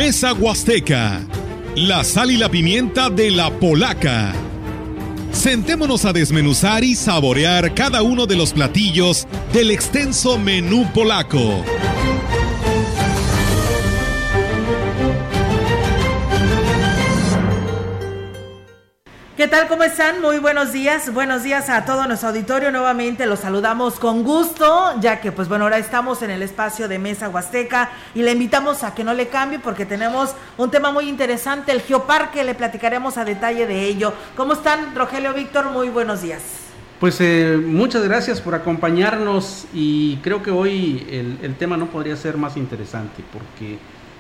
Mesa Huasteca, la sal y la pimienta de la polaca. Sentémonos a desmenuzar y saborear cada uno de los platillos del extenso menú polaco. ¿Qué tal? ¿Cómo están? Muy buenos días a todo nuestro auditorio. Nuevamente los saludamos con gusto, ya que pues bueno, ahora estamos en el espacio de Mesa Huasteca y le invitamos a que no le cambie porque tenemos un tema muy interesante, el Geoparque, le platicaremos a detalle de ello. ¿Cómo están, Rogelio, Víctor? Muy buenos días. Pues muchas gracias por acompañarnos y creo que hoy el tema no podría ser más interesante porque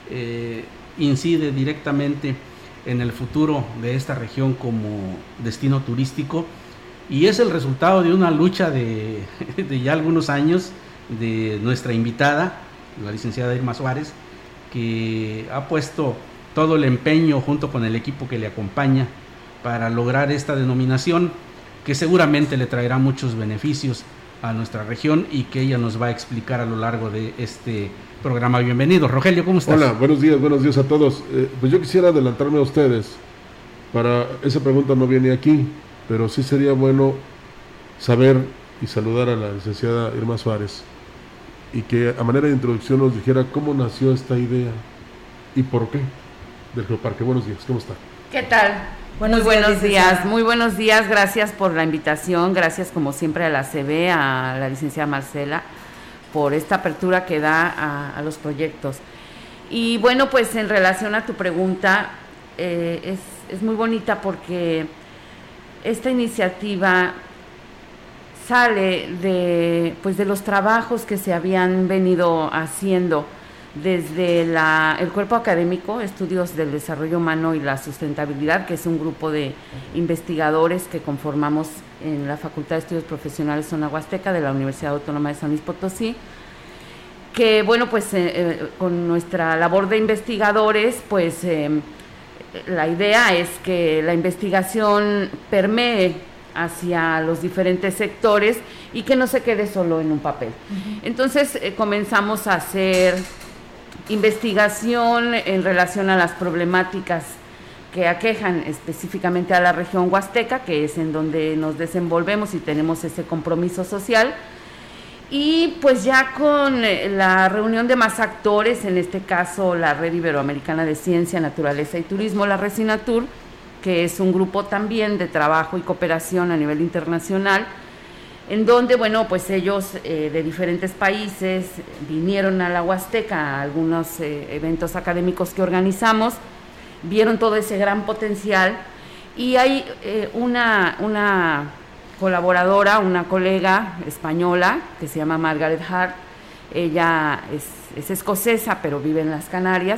incide directamente en el futuro de esta región como destino turístico y es el resultado de una lucha de ya algunos años de nuestra invitada, la licenciada Irma Suárez, que ha puesto todo el empeño junto con el equipo que le acompaña para lograr esta denominación que seguramente le traerá muchos beneficios a nuestra región y que ella nos va a explicar a lo largo de este programa. Bienvenido, Rogelio, ¿cómo estás? Hola, buenos días a todos. Pues yo quisiera adelantarme a ustedes. Para esa pregunta no viene aquí, pero sí sería bueno saber y saludar a la licenciada Irma Suárez y que a manera de introducción nos dijera cómo nació esta idea y por qué del Geoparque. Buenos días, ¿cómo está? ¿Qué tal? Muy buenos días, gracias por la invitación, gracias como siempre a la CB, a la licenciada Marcela, por esta apertura que da a los proyectos. Y bueno, pues en relación a tu pregunta, es muy bonita porque esta iniciativa sale de los trabajos que se habían venido haciendo desde el cuerpo académico, Estudios del Desarrollo Humano y la Sustentabilidad, que es un grupo de investigadores que conformamos en la Facultad de Estudios Profesionales Zona Huasteca de la Universidad Autónoma de San Luis Potosí, que bueno, pues con nuestra labor de investigadores, pues la idea es que la investigación permee hacia los diferentes sectores y que no se quede solo en un papel. Uh-huh. Entonces comenzamos a hacer investigación en relación a las problemáticas que aquejan específicamente a la región huasteca, que es en donde nos desenvolvemos y tenemos ese compromiso social. Y pues ya con la reunión de más actores, en este caso la Red Iberoamericana de Ciencia, Naturaleza y Turismo, la Resinatur, que es un grupo también de trabajo y cooperación a nivel internacional, en donde, bueno, pues ellos de diferentes países vinieron a la Huasteca a algunos eventos académicos que organizamos, vieron todo ese gran potencial y hay una colaboradora, una colega española que se llama Margaret Hart. Ella es escocesa pero vive en las Canarias,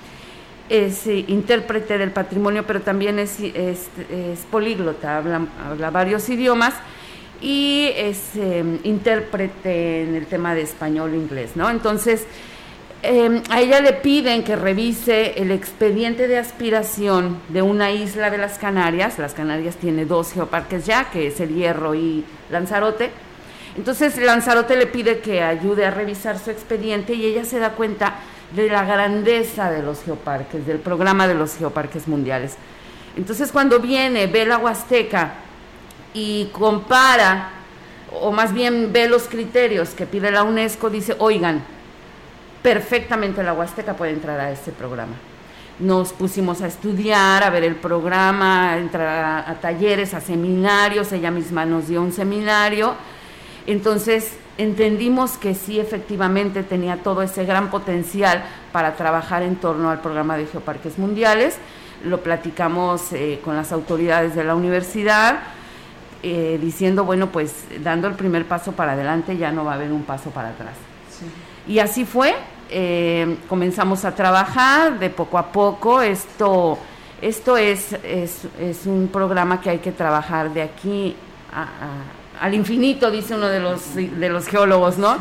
es intérprete del patrimonio pero también es políglota, habla varios idiomas y es intérprete en el tema de español e inglés, ¿no? Entonces a ella le piden que revise el expediente de aspiración de una isla de las Canarias. Las Canarias tiene 2 geoparques ya, que es el Hierro y Lanzarote. Entonces Lanzarote le pide que ayude a revisar su expediente y ella se da cuenta de la grandeza de los geoparques, del programa de los geoparques mundiales. Entonces cuando viene, ve la Huasteca y compara, o más bien ve los criterios que pide la UNESCO, dice, oigan, perfectamente la Huasteca puede entrar a este programa. Nos pusimos a estudiar, a ver el programa, a entrar a talleres, a seminarios, ella misma nos dio un seminario. Entonces entendimos que sí, efectivamente tenía todo ese gran potencial para trabajar en torno al programa de geoparques mundiales. Lo platicamos con las autoridades de la universidad, diciendo, bueno, pues dando el primer paso para adelante ya no va a haber un paso para atrás. Sí. Y así fue. Comenzamos a trabajar de poco a poco. Esto es un programa que hay que trabajar de aquí al infinito, dice uno de los geólogos, ¿no?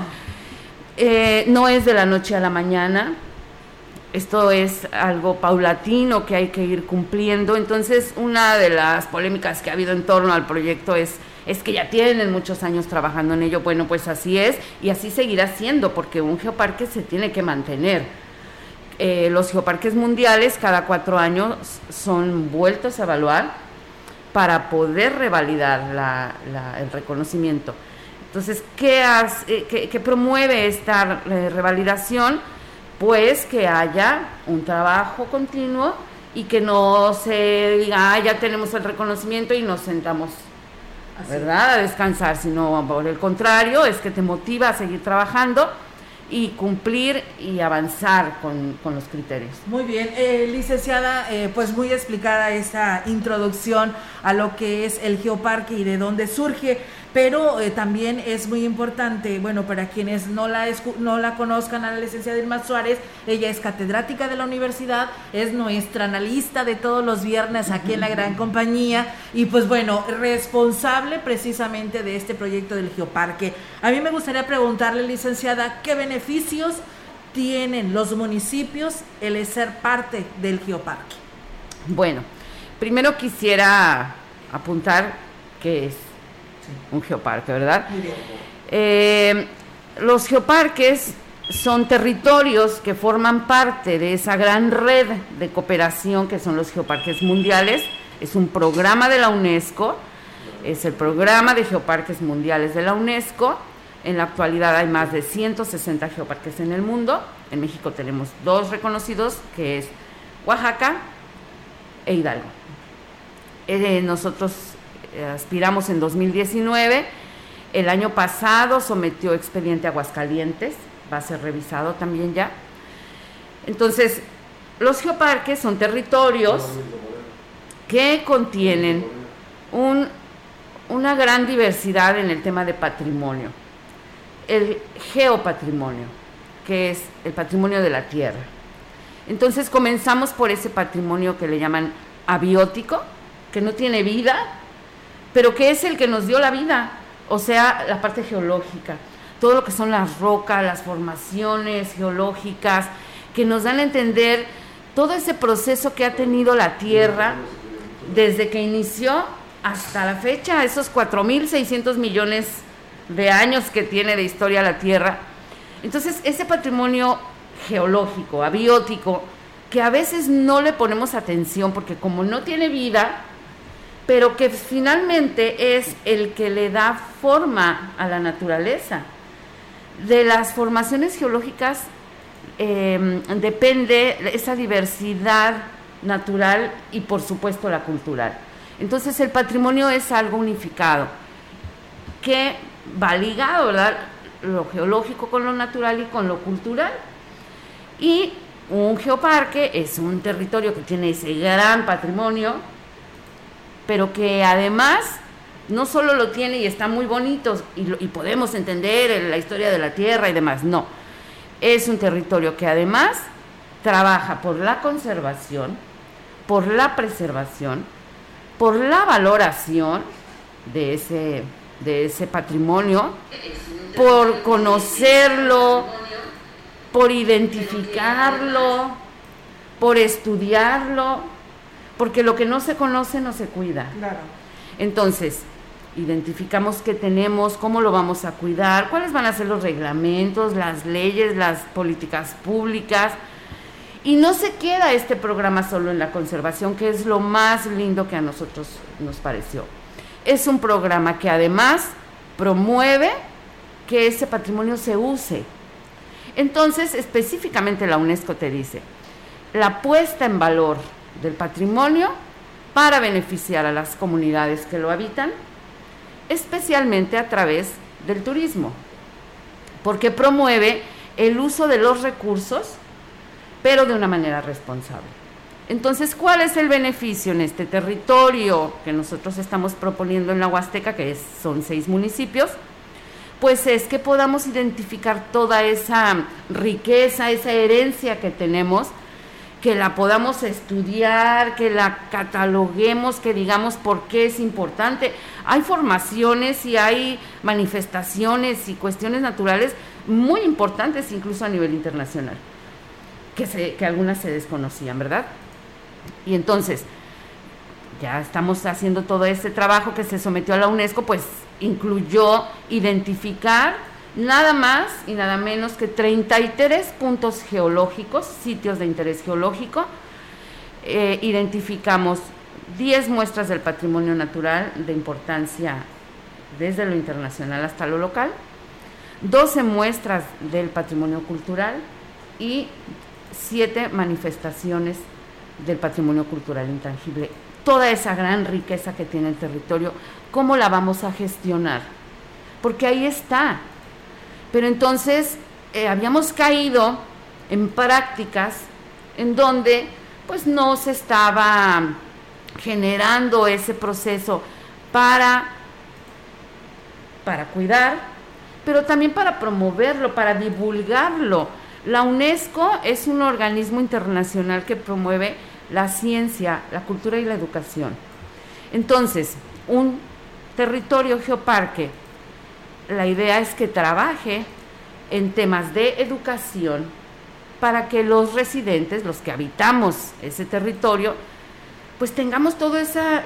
No es de la noche a la mañana. Esto es algo paulatino que hay que ir cumpliendo. Entonces, una de las polémicas que ha habido en torno al proyecto es que ya tienen muchos años trabajando en ello. Bueno, pues así es y así seguirá siendo, porque un geoparque se tiene que mantener. Los geoparques mundiales cada 4 años son vueltos a evaluar para poder revalidar el reconocimiento. Entonces, ¿qué promueve esta revalidación? Pues que haya un trabajo continuo y que no se diga, ya tenemos el reconocimiento y nos sentamos, ¿verdad?, a descansar, sino por el contrario, es que te motiva a seguir trabajando y cumplir y avanzar con los criterios. Muy bien, licenciada, pues muy explicada esta introducción a lo que es el geoparque y de dónde surge, pero también es muy importante, bueno, para quienes no la conozcan, a la licenciada Irma Suárez, ella es catedrática de la universidad, es nuestra analista de todos los viernes aquí en la gran compañía y pues bueno, responsable precisamente de este proyecto del geoparque. A mí me gustaría preguntarle, licenciada, ¿qué beneficios tienen los municipios el ser parte del geoparque? Bueno, primero quisiera apuntar que es un geoparque, ¿verdad? Los geoparques son territorios que forman parte de esa gran red de cooperación que son los geoparques mundiales. Es un programa de la UNESCO, es el programa de geoparques mundiales de la UNESCO. En la actualidad hay más de 160 geoparques en el mundo. En México tenemos 2 reconocidos, que es Oaxaca e Hidalgo. Nosotros aspiramos en 2019, el año pasado sometió expediente a Aguascalientes, va a ser revisado también ya. Entonces, los geoparques son territorios que contienen una gran diversidad en el tema de patrimonio. El geopatrimonio, que es el patrimonio de la tierra. Entonces comenzamos por ese patrimonio que le llaman abiótico, que no tiene vida, pero que es el que nos dio la vida, o sea, la parte geológica, todo lo que son las rocas, las formaciones geológicas, que nos dan a entender todo ese proceso que ha tenido la Tierra desde que inició hasta la fecha, esos 4.600 millones de años que tiene de historia la Tierra. Entonces, ese patrimonio geológico, abiótico, que a veces no le ponemos atención porque como no tiene vida, pero que finalmente es el que le da forma a la naturaleza. De las formaciones geológicas depende esa diversidad natural y por supuesto la cultural. Entonces el patrimonio es algo unificado que va ligado, ¿verdad?, lo geológico con lo natural y con lo cultural. Y un geoparque es un territorio que tiene ese gran patrimonio, pero que además no solo lo tiene y está muy bonito y podemos entender la historia de la Tierra y demás, no, es un territorio que además trabaja por la conservación, por la preservación, por la valoración de ese patrimonio, por conocerlo, por identificarlo, por estudiarlo, porque lo que no se conoce no se cuida. Claro. Entonces, identificamos qué tenemos, cómo lo vamos a cuidar, cuáles van a ser los reglamentos, las leyes, las políticas públicas. Y no se queda este programa solo en la conservación, que es lo más lindo que a nosotros nos pareció. Es un programa que además promueve que ese patrimonio se use. Entonces, específicamente la UNESCO te dice, la puesta en valor del patrimonio para beneficiar a las comunidades que lo habitan, especialmente a través del turismo, porque promueve el uso de los recursos, pero de una manera responsable. Entonces, ¿cuál es el beneficio en este territorio que nosotros estamos proponiendo en la Huasteca, que son 6 municipios? Pues es que podamos identificar toda esa riqueza, esa herencia que tenemos, que la podamos estudiar, que la cataloguemos, que digamos por qué es importante. Hay formaciones y hay manifestaciones y cuestiones naturales muy importantes, incluso a nivel internacional, que algunas se desconocían, ¿verdad? Y entonces, ya estamos haciendo todo este trabajo que se sometió a la UNESCO, pues incluyó identificar nada más y nada menos que 33 puntos geológicos, sitios de interés geológico. Identificamos 10 muestras del patrimonio natural de importancia desde lo internacional hasta lo local, 12 muestras del patrimonio cultural y 7 manifestaciones del patrimonio cultural intangible. Toda esa gran riqueza que tiene el territorio, ¿cómo la vamos a gestionar? Porque ahí está. Pero entonces habíamos caído en prácticas en donde pues no se estaba generando ese proceso para cuidar, pero también para promoverlo, para divulgarlo. La UNESCO es un organismo internacional que promueve la ciencia, la cultura y la educación. Entonces, un territorio geoparque, la idea es que trabaje en temas de educación para que los residentes, los que habitamos ese territorio, pues tengamos todo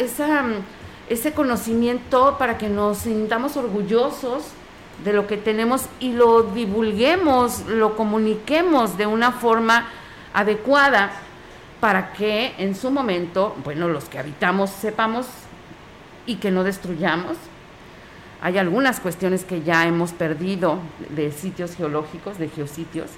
ese conocimiento para que nos sintamos orgullosos de lo que tenemos y lo divulguemos, lo comuniquemos de una forma adecuada para que en su momento, bueno, los que habitamos sepamos y que no destruyamos. Hay algunas cuestiones que ya hemos perdido de sitios geológicos, de geositios,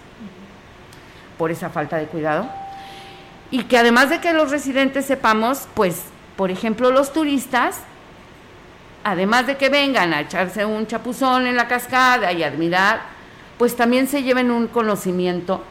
por esa falta de cuidado. Y que además de que los residentes sepamos, pues, por ejemplo, los turistas, además de que vengan a echarse un chapuzón en la cascada y admirar, pues también se lleven un conocimiento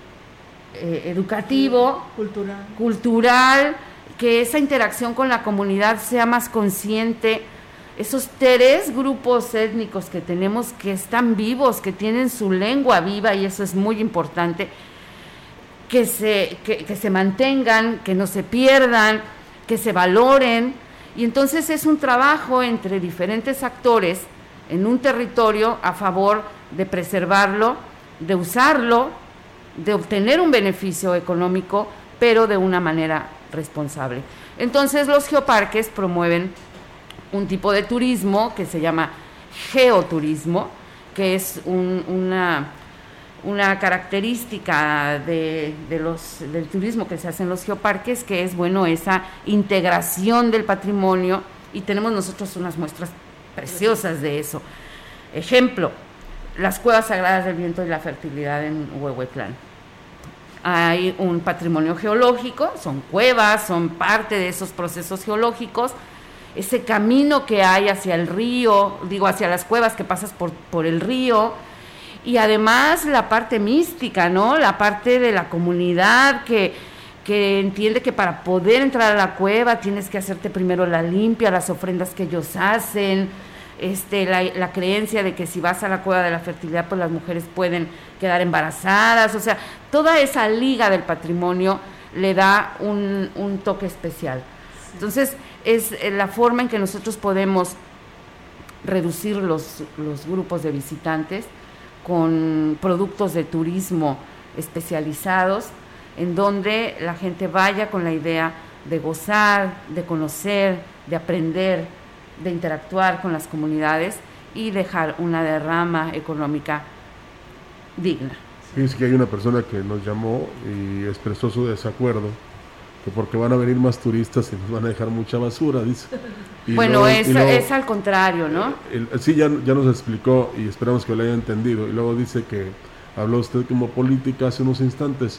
educativo, cultural, que esa interacción con la comunidad sea más consciente. Esos 3 grupos étnicos que tenemos que están vivos, que tienen su lengua viva, y eso es muy importante, que se mantengan, que no se pierdan, que se valoren. Y entonces es un trabajo entre diferentes actores en un territorio a favor de preservarlo, de usarlo, de obtener un beneficio económico, pero de una manera responsable. Entonces los geoparques promueven un tipo de turismo que se llama geoturismo, que es una característica del turismo que se hace en los geoparques, que es, bueno, esa integración del patrimonio, y tenemos nosotros unas muestras preciosas de eso. Ejemplo, las cuevas sagradas del viento y la fertilidad en Huehuetlán. Hay un patrimonio geológico, son cuevas, son parte de esos procesos geológicos. Ese camino que hay hacia el río, hacia las cuevas, que pasas por el río, y además la parte mística, ¿no? La parte de la comunidad que entiende que para poder entrar a la cueva tienes que hacerte primero la limpia, las ofrendas que ellos hacen, la creencia de que si vas a la cueva de la fertilidad, pues las mujeres pueden quedar embarazadas. O sea, toda esa liga del patrimonio le da un toque especial. Entonces, es la forma en que nosotros podemos reducir los grupos de visitantes con productos de turismo especializados, en donde la gente vaya con la idea de gozar, de conocer, de aprender, de interactuar con las comunidades y dejar una derrama económica digna. Fíjense que hay una persona que nos llamó y expresó su desacuerdo, que porque van a venir más turistas y nos van a dejar mucha basura, dice. Y bueno, luego, es al contrario, ¿no? Sí, ya nos explicó y esperamos que lo haya entendido. Y luego dice que habló usted como política hace unos instantes.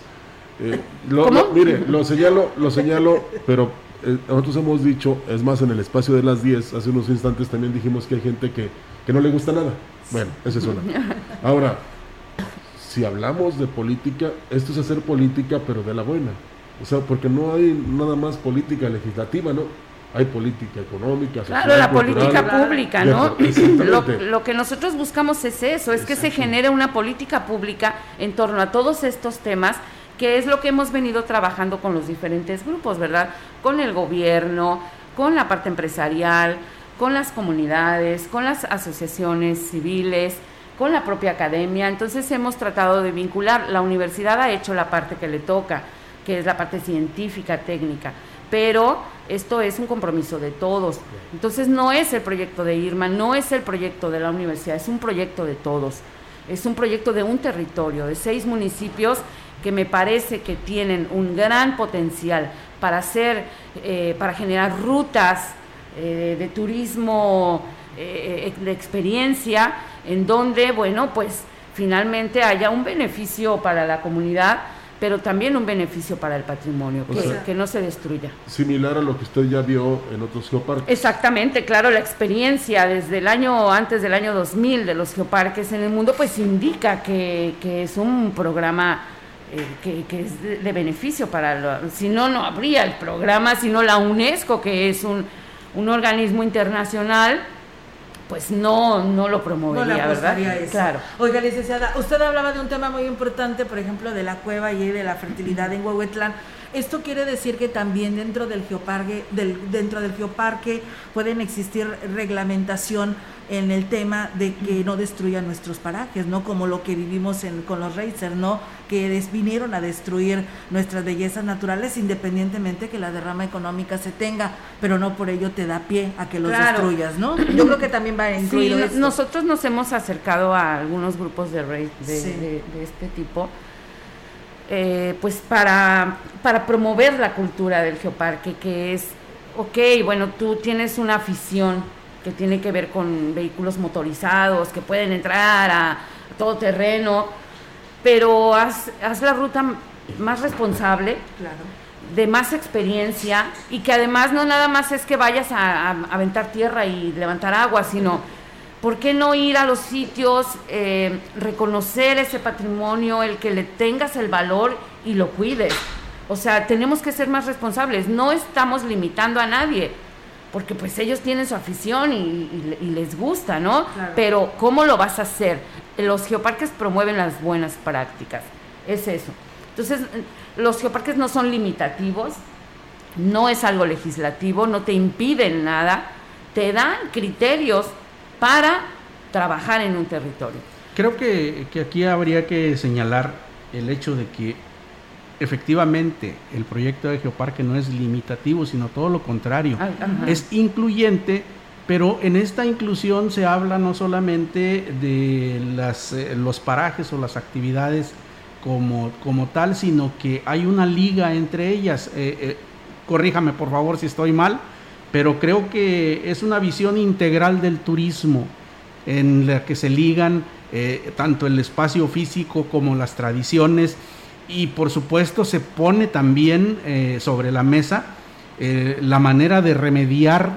Mire, lo señalo, pero nosotros hemos dicho, es más, en el espacio de las 10, hace unos instantes también dijimos que hay gente que no le gusta nada. Bueno, esa es una. Ahora, si hablamos de política, esto es hacer política, pero de la buena. O sea, porque no hay nada más política legislativa, ¿no? Hay política económica, social, claro, la cultural, política pública, ¿no? Lo que nosotros buscamos es eso, es que se genere una política pública en torno a todos estos temas, que es lo que hemos venido trabajando con los diferentes grupos, ¿verdad? Con el gobierno, con la parte empresarial, con las comunidades, con las asociaciones civiles, con la propia academia. Entonces hemos tratado de vincular. La universidad ha hecho la parte que le toca, que es la parte científica, técnica, pero esto es un compromiso de todos. Entonces no es el proyecto de Irma, no es el proyecto de la universidad, es un proyecto de todos. Es un proyecto de un territorio, de 6 municipios que me parece que tienen un gran potencial para generar rutas de turismo, de experiencia, en donde, bueno, pues finalmente haya un beneficio para la comunidad, pero también un beneficio para el patrimonio, que no se destruya. Similar a lo que usted ya vio en otros geoparques. Exactamente, claro, la experiencia desde antes del año 2000 de los geoparques en el mundo, pues indica que es un programa que es de beneficio si no, no habría el programa, sino la UNESCO, que es un organismo internacional, pues no lo promovería, ¿verdad? Eso. Claro. Oiga, licenciada, usted hablaba de un tema muy importante, por ejemplo, de la cueva y de la fertilidad en Huehuetlán. Esto quiere decir que también dentro del geoparque pueden existir reglamentación en el tema de que no destruyan nuestros parajes, ¿no? Como lo que vivimos con los racers, ¿no? Que vinieron a destruir nuestras bellezas naturales, independientemente que la derrama económica se tenga, pero no por ello te da pie a que los destruyas, ¿no? Yo creo que también va a incluir esto. Nosotros nos hemos acercado a algunos grupos de este tipo, pues para promover la cultura del geoparque, que es, bueno, tú tienes una afición que tiene que ver con vehículos motorizados, que pueden entrar a todo terreno, pero haz la ruta más responsable, claro, de más experiencia, y que además no nada más es que vayas a aventar tierra y levantar agua, sino ¿por qué no ir a los sitios, reconocer ese patrimonio, el que le tengas el valor y lo cuides? O sea, tenemos que ser más responsables, no estamos limitando a nadie, porque pues ellos tienen su afición y les gusta, ¿no? Claro. Pero ¿cómo lo vas a hacer? Los geoparques promueven las buenas prácticas, es eso. Entonces, los geoparques no son limitativos, no es algo legislativo, no te impiden nada, te dan criterios para trabajar en un territorio. Creo que aquí habría que señalar el hecho de que efectivamente el proyecto de geoparque no es limitativo, sino todo lo contrario. Es incluyente, pero en esta inclusión se habla no solamente de los parajes o las actividades como tal, sino que hay una liga entre ellas. Corríjame por favor si estoy mal, pero creo que es una visión integral del turismo en la que se ligan tanto el espacio físico como las tradiciones, y por supuesto se pone también sobre la mesa la manera de remediar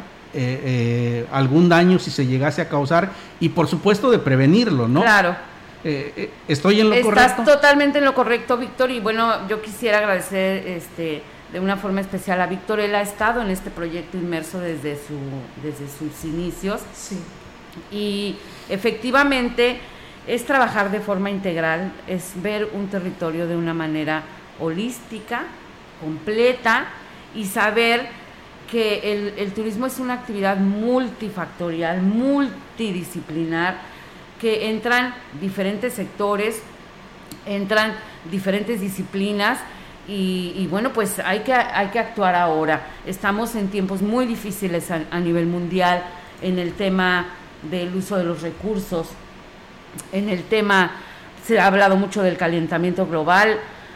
algún daño si se llegase a causar, y por supuesto de prevenirlo, ¿no? Claro. ¿Estoy en lo correcto? Estás totalmente en lo correcto, Víctor, y bueno, yo quisiera agradecer de una forma especial a Víctor. Él ha estado en este proyecto inmerso desde sus inicios. Sí. Y efectivamente es trabajar de forma integral, es ver un territorio de una manera holística, completa, y saber que el turismo es una actividad multifactorial, multidisciplinar, que entran diferentes sectores, entran diferentes disciplinas, y bueno, pues hay que actuar ahora. Estamos en tiempos muy difíciles a nivel mundial, en el tema del uso de los recursos, en el tema, se ha hablado mucho del calentamiento global.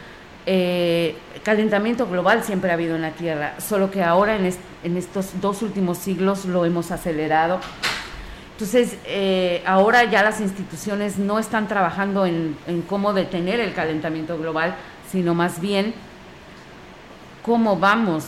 Calentamiento global siempre ha habido en la Tierra, solo que ahora en estos 2 últimos siglos lo hemos acelerado. Entonces, ahora ya las instituciones no están trabajando en cómo detener el calentamiento global, sino más bien cómo vamos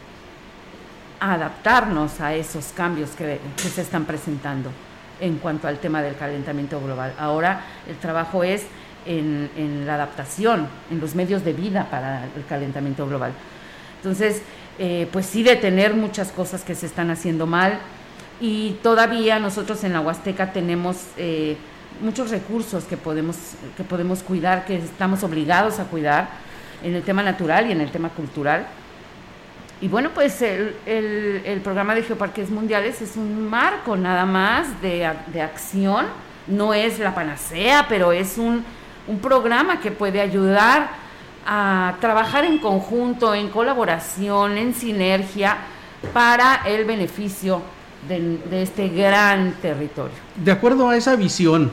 a adaptarnos a esos cambios que se están presentando en cuanto al tema del calentamiento global. Ahora el trabajo es en la adaptación, en los medios de vida para el calentamiento global. Entonces, pues sí, detener muchas cosas que se están haciendo mal, y todavía nosotros en la Huasteca tenemos muchos recursos que podemos cuidar, que estamos obligados a cuidar en el tema natural y en el tema cultural. Y bueno, pues el programa de Geoparques Mundiales es un marco nada más de acción, no es la panacea, pero es un programa que puede ayudar a trabajar en conjunto, en colaboración, en sinergia, para el beneficio de este gran territorio. De acuerdo a esa visión,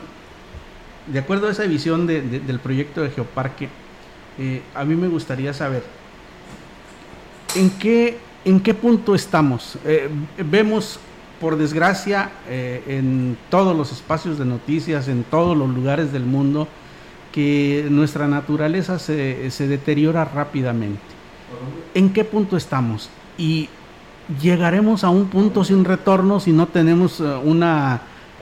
del proyecto de Geoparque, a mí me gustaría saber en qué punto estamos. Vemos, por desgracia, en todos los espacios de noticias, en todos los lugares del mundo, que nuestra naturaleza se deteriora rápidamente. ¿En qué punto estamos? Y llegaremos a un punto sin retorno si no tenemos una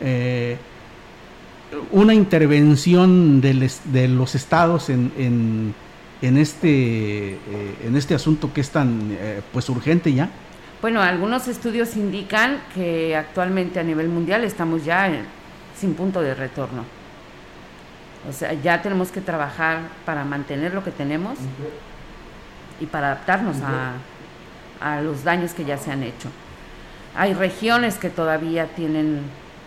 intervención de los estados en este asunto que es tan pues urgente ya. Bueno, algunos estudios indican que actualmente a nivel mundial estamos ya sin punto de retorno. O sea, ya tenemos que trabajar para mantener lo que tenemos y para adaptarnos a los daños que ya se han hecho. Hay regiones que todavía tienen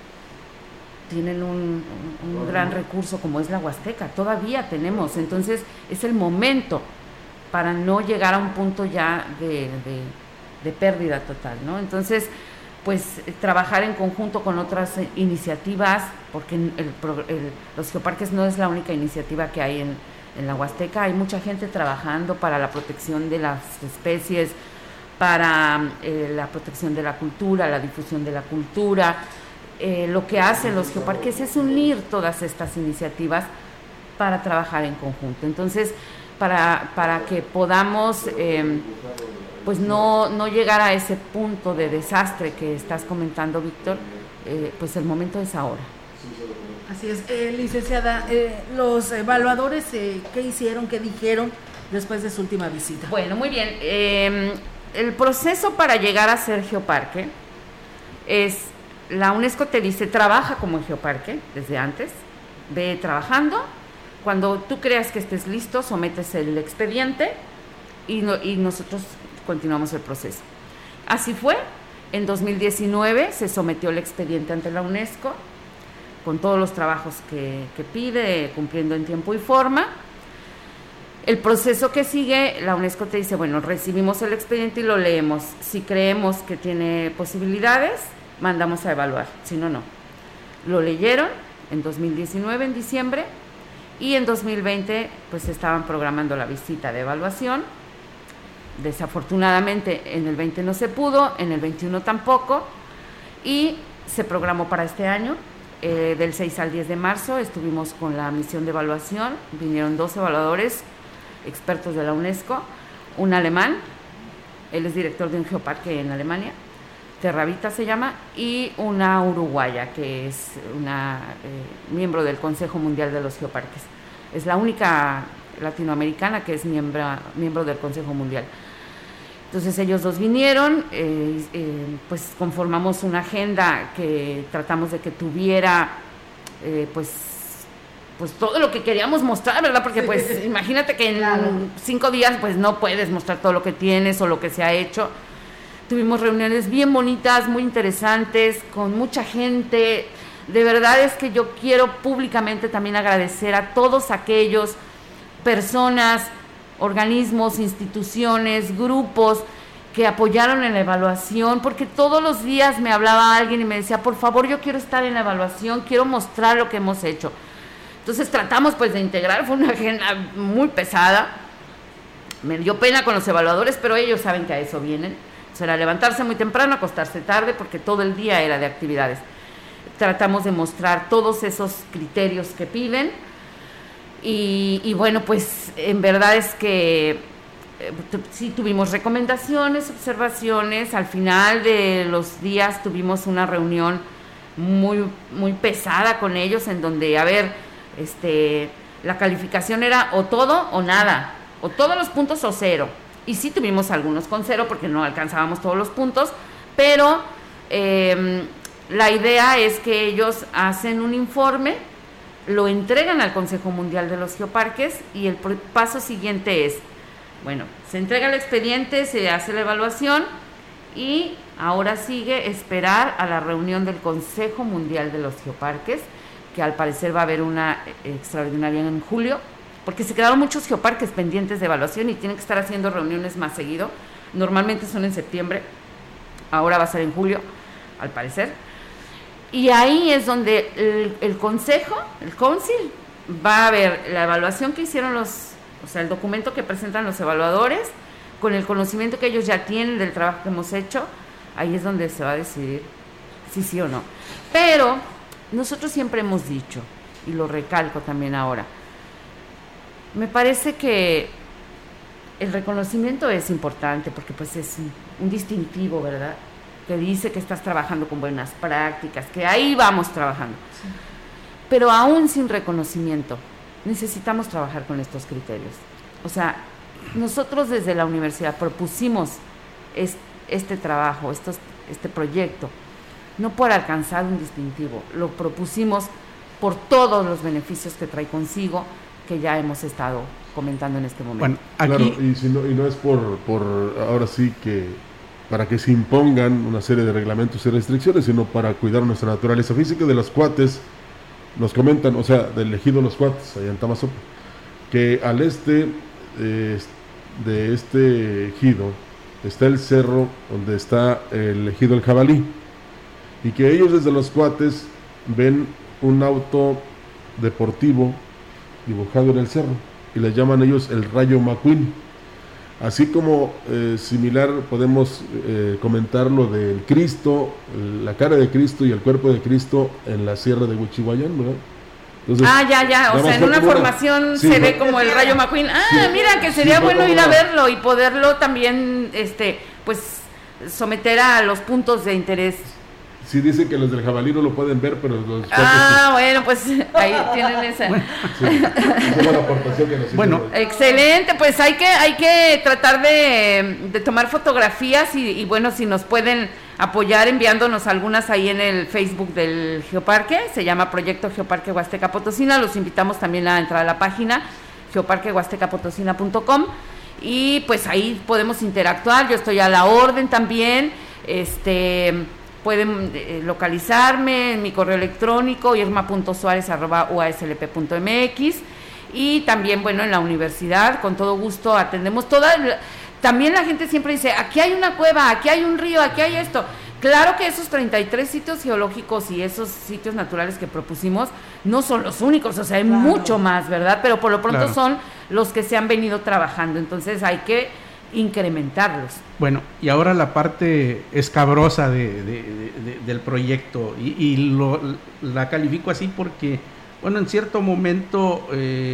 un gran recurso como es la Huasteca, todavía tenemos, entonces es el momento para no llegar a un punto ya de pérdida total, ¿no? Entonces, pues trabajar en conjunto con otras iniciativas, porque los geoparques no es la única iniciativa que hay en la Huasteca, hay mucha gente trabajando para la protección de las especies, para la protección de la cultura, la difusión de la cultura. Lo que hacen los geoparques es unir todas estas iniciativas para trabajar en conjunto. Entonces, para que podamos pues no llegar a ese punto de desastre que estás comentando, Víctor, pues el momento es ahora. Así es, licenciada, los evaluadores, ¿qué hicieron, qué dijeron después de su última visita? Bueno, muy bien. El proceso para llegar a ser geoparque es, la UNESCO te dice, trabaja como geoparque desde antes, ve trabajando, cuando tú creas que estés listo, sometes el expediente y nosotros continuamos el proceso. Así fue, en 2019 se sometió el expediente ante la UNESCO, con todos los trabajos que pide, cumpliendo en tiempo y forma. El proceso que sigue, la UNESCO te dice, bueno, recibimos el expediente y lo leemos. Si creemos que tiene posibilidades, mandamos a evaluar, si no, no. Lo leyeron en 2019, en diciembre, y en 2020, pues estaban programando la visita de evaluación. Desafortunadamente, en el 20 no se pudo, en el 21 tampoco, y se programó para este año. Del 6 al 10 de marzo estuvimos con la misión de evaluación, vinieron 2 evaluadores expertos de la UNESCO, un alemán, él es director de un geoparque en Alemania, Terravita se llama, y una uruguaya que es una miembro del Consejo Mundial de los Geoparques. Es la única latinoamericana que es miembro del Consejo Mundial. Entonces ellos 2 vinieron, pues conformamos una agenda que tratamos de que tuviera pues todo lo que queríamos mostrar, ¿verdad? Porque pues imagínate que en 5 días pues no puedes mostrar todo lo que tienes o lo que se ha hecho. Tuvimos reuniones bien bonitas, muy interesantes, con mucha gente. De verdad es que yo quiero públicamente también agradecer a todos aquellos personas, organismos, instituciones, grupos que apoyaron en la evaluación, porque todos los días me hablaba alguien y me decía, por favor, yo quiero estar en la evaluación, quiero mostrar lo que hemos hecho. Entonces tratamos pues de integrar, fue una agenda muy pesada, me dio pena con los evaluadores, pero ellos saben que a eso vienen. O sea, era levantarse muy temprano, acostarse tarde, porque todo el día era de actividades. Tratamos de mostrar todos esos criterios que piden, y bueno, pues en verdad es que sí tuvimos recomendaciones, observaciones. Al final de los días tuvimos una reunión muy, muy pesada con ellos, en donde, a ver, la calificación era o todo o nada, o todos los puntos o 0. Y sí tuvimos algunos con 0 porque no alcanzábamos todos los puntos, pero la idea es que ellos hacen un informe, lo entregan al Consejo Mundial de los Geoparques, y el paso siguiente es, bueno, se entrega el expediente, se hace la evaluación, y ahora sigue esperar a la reunión del Consejo Mundial de los Geoparques, que al parecer va a haber una extraordinaria en julio, porque se quedaron muchos geoparques pendientes de evaluación y tienen que estar haciendo reuniones más seguido. Normalmente son en septiembre, ahora va a ser en julio, al parecer. Y ahí es donde el consejo, el council, va a ver la evaluación que hicieron el documento que presentan los evaluadores, con el conocimiento que ellos ya tienen del trabajo que hemos hecho. Ahí es donde se va a decidir si sí o no. Pero nosotros siempre hemos dicho, y lo recalco también ahora, me parece que el reconocimiento es importante porque pues es un distintivo, ¿verdad? Que dice que estás trabajando con buenas prácticas, que ahí vamos trabajando. Sí. Pero aún sin reconocimiento, necesitamos trabajar con estos criterios. O sea, nosotros desde la universidad propusimos este trabajo, este proyecto, no por alcanzar un distintivo, lo propusimos por todos los beneficios que trae consigo, que ya hemos estado comentando en este momento. Bueno, aquí... Claro, y no es por ahora sí que para que se impongan una serie de reglamentos y restricciones, sino para cuidar nuestra naturaleza física. De los cuates, nos comentan, o sea, del ejido Los Cuates, allá en Tamazopo, que al este de este ejido está el cerro donde está el ejido El Jabalí, y que ellos desde Los Cuates ven un auto deportivo dibujado en el cerro, y le llaman ellos el Rayo McQueen. Así como similar podemos comentar lo del Cristo, la cara de Cristo y el cuerpo de Cristo en la sierra de Huichihuayán, ¿verdad? Entonces, o sea, en una formación se ve como el Rayo McQueen. Sí, mira, que sería bueno ir a verlo y poderlo también, pues, someter a los puntos de interés. Sí, dicen que los del Jabalí no lo pueden ver, pero los... bueno, pues ahí tienen esa. La aportación que nos hizo. Excelente, pues hay que tratar de tomar fotografías y bueno, si nos pueden apoyar enviándonos algunas ahí en el Facebook del Geoparque, se llama Proyecto Geoparque Huasteca Potosina, los invitamos también a entrar a la página geoparquehuastecapotosina.com y pues ahí podemos interactuar, yo estoy a la orden también, pueden localizarme en mi correo electrónico irma.suarez@uaslp.mx y también, bueno, en la universidad, con todo gusto atendemos también la gente siempre dice, aquí hay una cueva, aquí hay un río, aquí hay esto. Claro que esos 33 sitios geológicos y esos sitios naturales que propusimos no son los únicos, o sea, hay mucho más, ¿verdad? Pero por lo pronto son los que se han venido trabajando, entonces hay que incrementarlos. Bueno, y ahora la parte escabrosa del proyecto, y la califico así porque, bueno, en cierto momento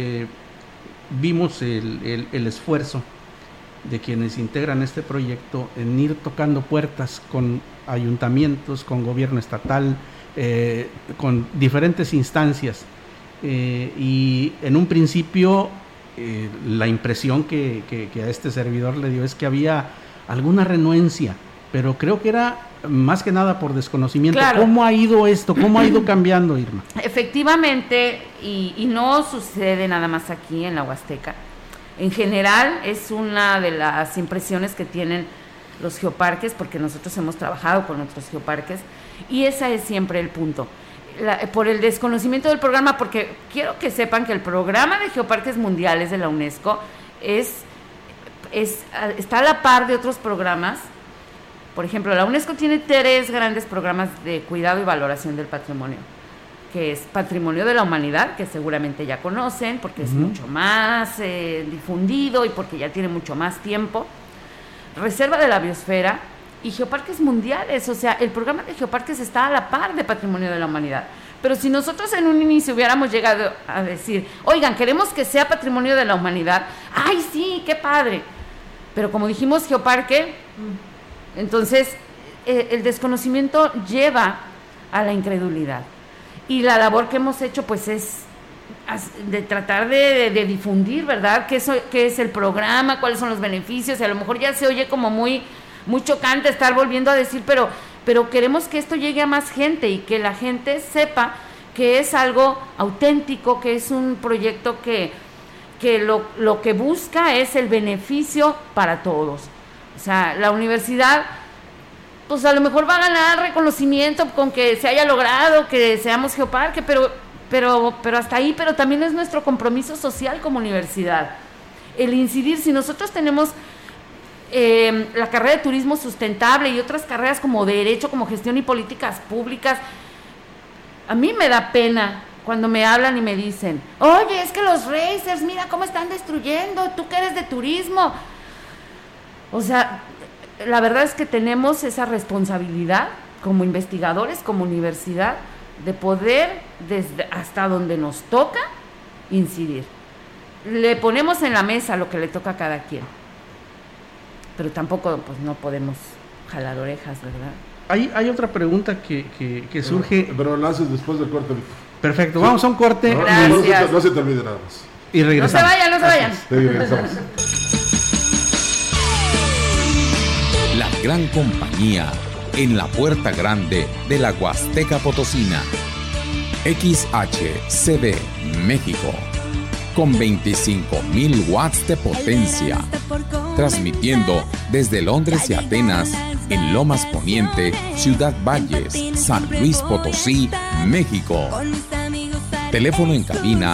vimos el esfuerzo de quienes integran este proyecto en ir tocando puertas con ayuntamientos, con gobierno estatal, con diferentes instancias, y en un principio la impresión que a este servidor le dio es que había alguna renuencia, pero creo que era más que nada por desconocimiento. Claro. ¿Cómo ha ido esto? ¿Cómo ha ido cambiando, Irma? Efectivamente, y no sucede nada más aquí en la Huasteca. En general es una de las impresiones que tienen los geoparques, porque nosotros hemos trabajado con otros geoparques, y ese es siempre el punto. Por el desconocimiento del programa, porque quiero que sepan que el programa de geoparques mundiales de la UNESCO está a la par de otros programas. Por ejemplo, la UNESCO tiene 3 grandes programas de cuidado y valoración del patrimonio, que es Patrimonio de la Humanidad, que seguramente ya conocen, porque es mucho más difundido y porque ya tiene mucho más tiempo, Reserva de la Biosfera y Geoparques Mundiales. O sea, el programa de Geoparques está a la par de Patrimonio de la Humanidad. Pero si nosotros en un inicio hubiéramos llegado a decir, oigan, queremos que sea Patrimonio de la Humanidad, ¡ay, sí, qué padre! Pero como dijimos Geoparque, entonces el desconocimiento lleva a la incredulidad. Y la labor que hemos hecho, pues, es de tratar de difundir, ¿verdad? ¿Qué es el programa? ¿Cuáles son los beneficios? Y a lo mejor ya se oye como muy chocante estar volviendo a decir, pero queremos que esto llegue a más gente y que la gente sepa que es algo auténtico, que es un proyecto que lo que busca es el beneficio para todos. O sea, la universidad, pues a lo mejor va a ganar reconocimiento con que se haya logrado que seamos Geoparque, pero hasta ahí, pero también es nuestro compromiso social como universidad. El incidir, si nosotros tenemos la carrera de turismo sustentable y otras carreras como derecho, como gestión y políticas públicas. A mí me da pena cuando me hablan y me dicen, oye, es que los racers, mira cómo están destruyendo, tú que eres de turismo. O sea, la verdad es que tenemos esa responsabilidad como investigadores, como universidad, de poder, desde hasta donde nos toca, incidir. Le ponemos en la mesa lo que le toca a cada quien, pero tampoco pues no podemos jalar orejas, ¿verdad? Hay otra pregunta que surge. Pero la haces después del corte, Víctor. Perfecto, vamos a un corte. Gracias. No se te olvide nada más. Y regresamos. No se vayan. Sí, regresamos. La gran compañía en la puerta grande de la Huasteca Potosina. XHCD México, con 25,000 watts de potencia, transmitiendo desde Londres y Atenas, en Lomas Poniente, Ciudad Valles, San Luis Potosí, México. Teléfono en cabina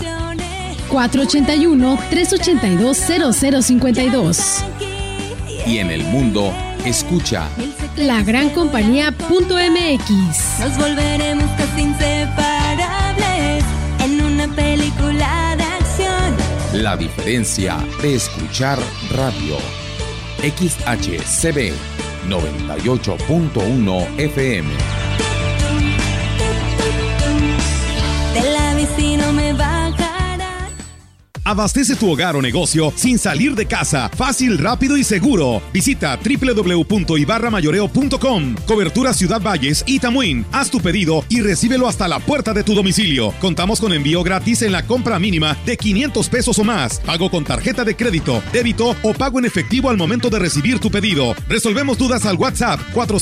481-382-0052. Y en el mundo, escucha lagrancompañía.mx. Nos volveremos casi inseparables en una película de acción. la diferencia de escuchar radio. XHCB 98.1 FM. De la bici no me bajarán. Abastece tu hogar o negocio sin salir de casa. Fácil, rápido y seguro. Visita www.ibarramayoreo.com. Cobertura Ciudad Valles y Tamuín. Haz tu pedido y recíbelo hasta la puerta de tu domicilio. Contamos con envío gratis en la compra mínima de 500 pesos o más. Pago con tarjeta de crédito, débito o pago en efectivo al momento de recibir tu pedido. Resolvemos dudas al WhatsApp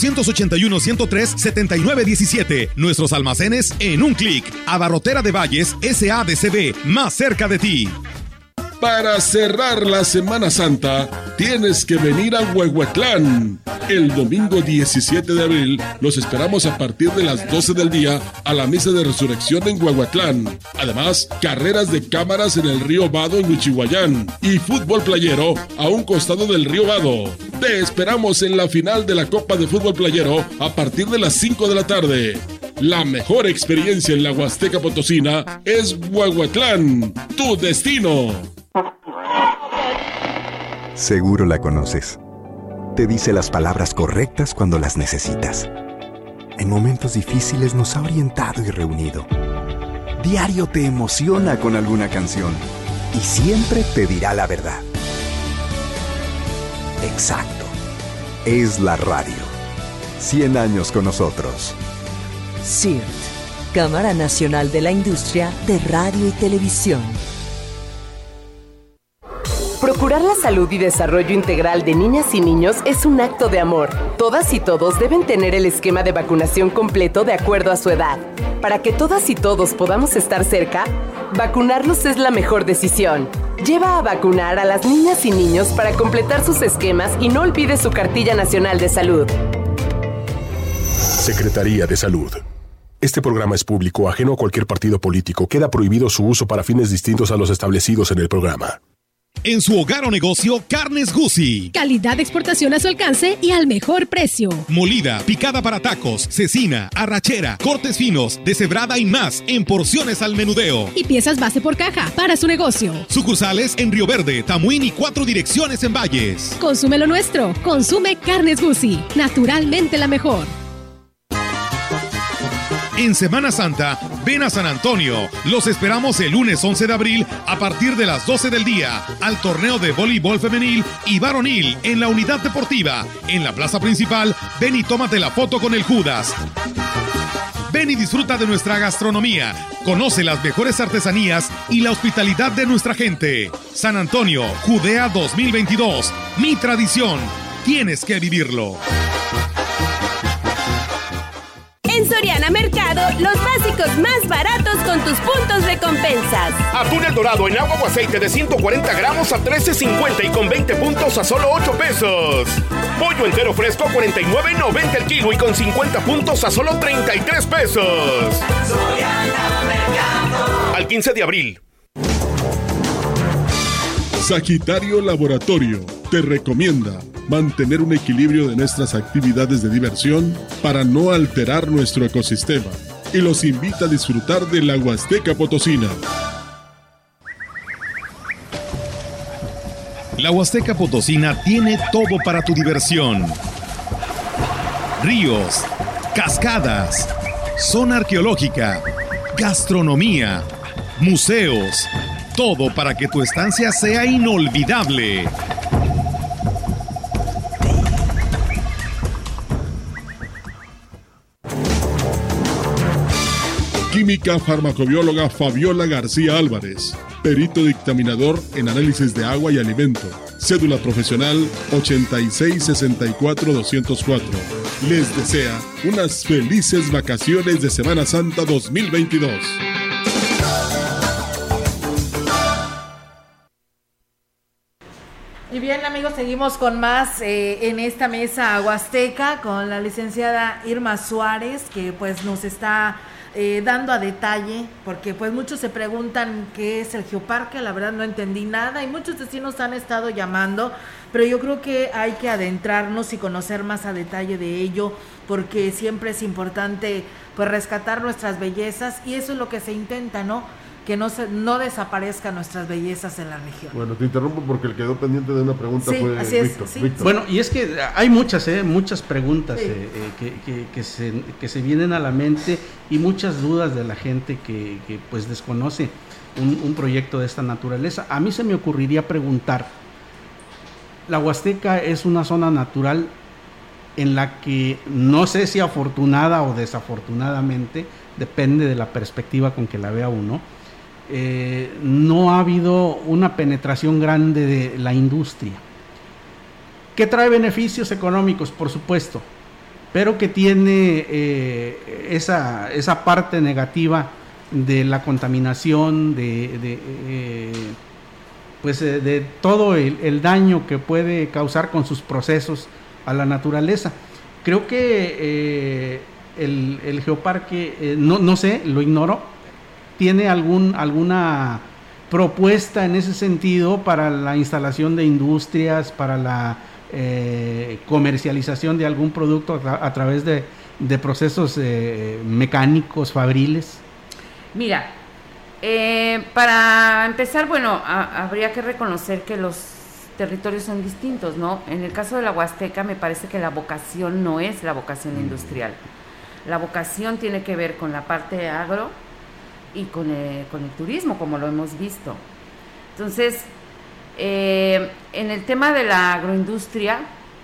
481-103-7917. Nuestros almacenes en un clic. Abarrotera de Valles, SADCB, más cerca de ti. Para cerrar la Semana Santa, tienes que venir a Huehuetlán. El domingo 17 de abril los esperamos a partir de las 12 del día a la misa de resurrección en Huehuetlán. Además, carreras de cámaras en el río Vado en Huichihuayán y fútbol playero a un costado del río Vado. Te esperamos en la final de la Copa de Fútbol Playero a partir de las 5 de la tarde. La mejor experiencia en la Huasteca Potosina es Huehuetlán, tu destino. Seguro la conoces. Te dice las palabras correctas cuando las necesitas. En momentos difíciles nos ha orientado y reunido. Diario te emociona con alguna canción y siempre te dirá la verdad. Exacto. Es la radio. 100 años con nosotros. CIRT, Cámara Nacional de la Industria de Radio y Televisión. Procurar la salud y desarrollo integral de niñas y niños es un acto de amor. Todas y todos deben tener el esquema de vacunación completo de acuerdo a su edad. Para que todas y todos podamos estar cerca, vacunarlos es la mejor decisión. Lleva a vacunar a las niñas y niños para completar sus esquemas y no olvide su cartilla nacional de salud. Secretaría de Salud. Este programa es público, ajeno a cualquier partido político. Queda prohibido su uso para fines distintos a los establecidos en el programa. En su hogar o negocio, Carnes Guzzi. Calidad de exportación a su alcance y al mejor precio. Molida, picada para tacos, cecina, arrachera, cortes finos, deshebrada y más en porciones al menudeo. Y piezas base por caja para su negocio. Sucursales en Río Verde, Tamuín y 4 direcciones en Valles. Consume lo nuestro. Consume Carnes Guzzi. Naturalmente la mejor. En Semana Santa, ven a San Antonio. Los esperamos el lunes 11 de abril a partir de las 12 del día al torneo de voleibol femenil y varonil en la unidad deportiva. En la plaza principal, ven y tómate la foto con el Judas. Ven y disfruta de nuestra gastronomía. Conoce las mejores artesanías y la hospitalidad de nuestra gente. San Antonio, Judea 2022. Mi tradición. Tienes que vivirlo. En Soriana Mercado, los básicos más baratos con tus puntos recompensas. Atún El Dorado en agua o aceite de 140 gramos a $13.50 y con 20 puntos a solo 8 pesos. Pollo entero fresco a $49.90 el kilo y con 50 puntos a solo 33 pesos. Soriana Mercado. Al 15 de abril. Sagitario Laboratorio te recomienda mantener un equilibrio de nuestras actividades de diversión para no alterar nuestro ecosistema, y los invita a disfrutar de la Huasteca Potosina. La Huasteca Potosina tiene todo para tu diversión. Ríos, cascadas, zona arqueológica, gastronomía, museos, todo para que tu estancia sea inolvidable. Química farmacobióloga Fabiola García Álvarez, perito dictaminador en análisis de agua y alimento. Cédula profesional 8664-204. Les desea unas felices vacaciones de Semana Santa 2022. Y bien, amigos, seguimos con más en esta mesa huasteca con la licenciada Irma Suárez, que pues nos está dando a detalle, porque pues muchos se preguntan qué es el geoparque. La verdad no entendí nada y muchos vecinos han estado llamando, pero yo creo que hay que adentrarnos y conocer más a detalle de ello, porque siempre es importante pues rescatar nuestras bellezas, y eso es lo que se intenta, ¿no? Que no desaparezcan nuestras bellezas en la región. Bueno, te interrumpo porque el que quedó pendiente de una pregunta fue así Víctor. Sí. Bueno, y es que hay muchas preguntas que se vienen a la mente, y muchas dudas de la gente que pues desconoce un proyecto de esta naturaleza. A mí se me ocurriría preguntar, la Huasteca es una zona natural en la que no sé si afortunada o desafortunadamente, depende de la perspectiva con que la vea uno, no ha habido una penetración grande de la industria, que trae beneficios económicos, por supuesto, pero que tiene esa parte negativa de la contaminación, de todo el daño que puede causar con sus procesos a la naturaleza. Creo que el geoparque, no sé, lo ignoro, ¿tiene alguna propuesta en ese sentido para la instalación de industrias, para la comercialización de algún producto a través de procesos mecánicos, fabriles? Mira, para empezar, bueno, habría que reconocer que los territorios son distintos, ¿no? En el caso de la Huasteca me parece que la vocación no es la vocación industrial. La vocación tiene que ver con la parte agro y con el turismo, como lo hemos visto. Entonces, en el tema de la agroindustria,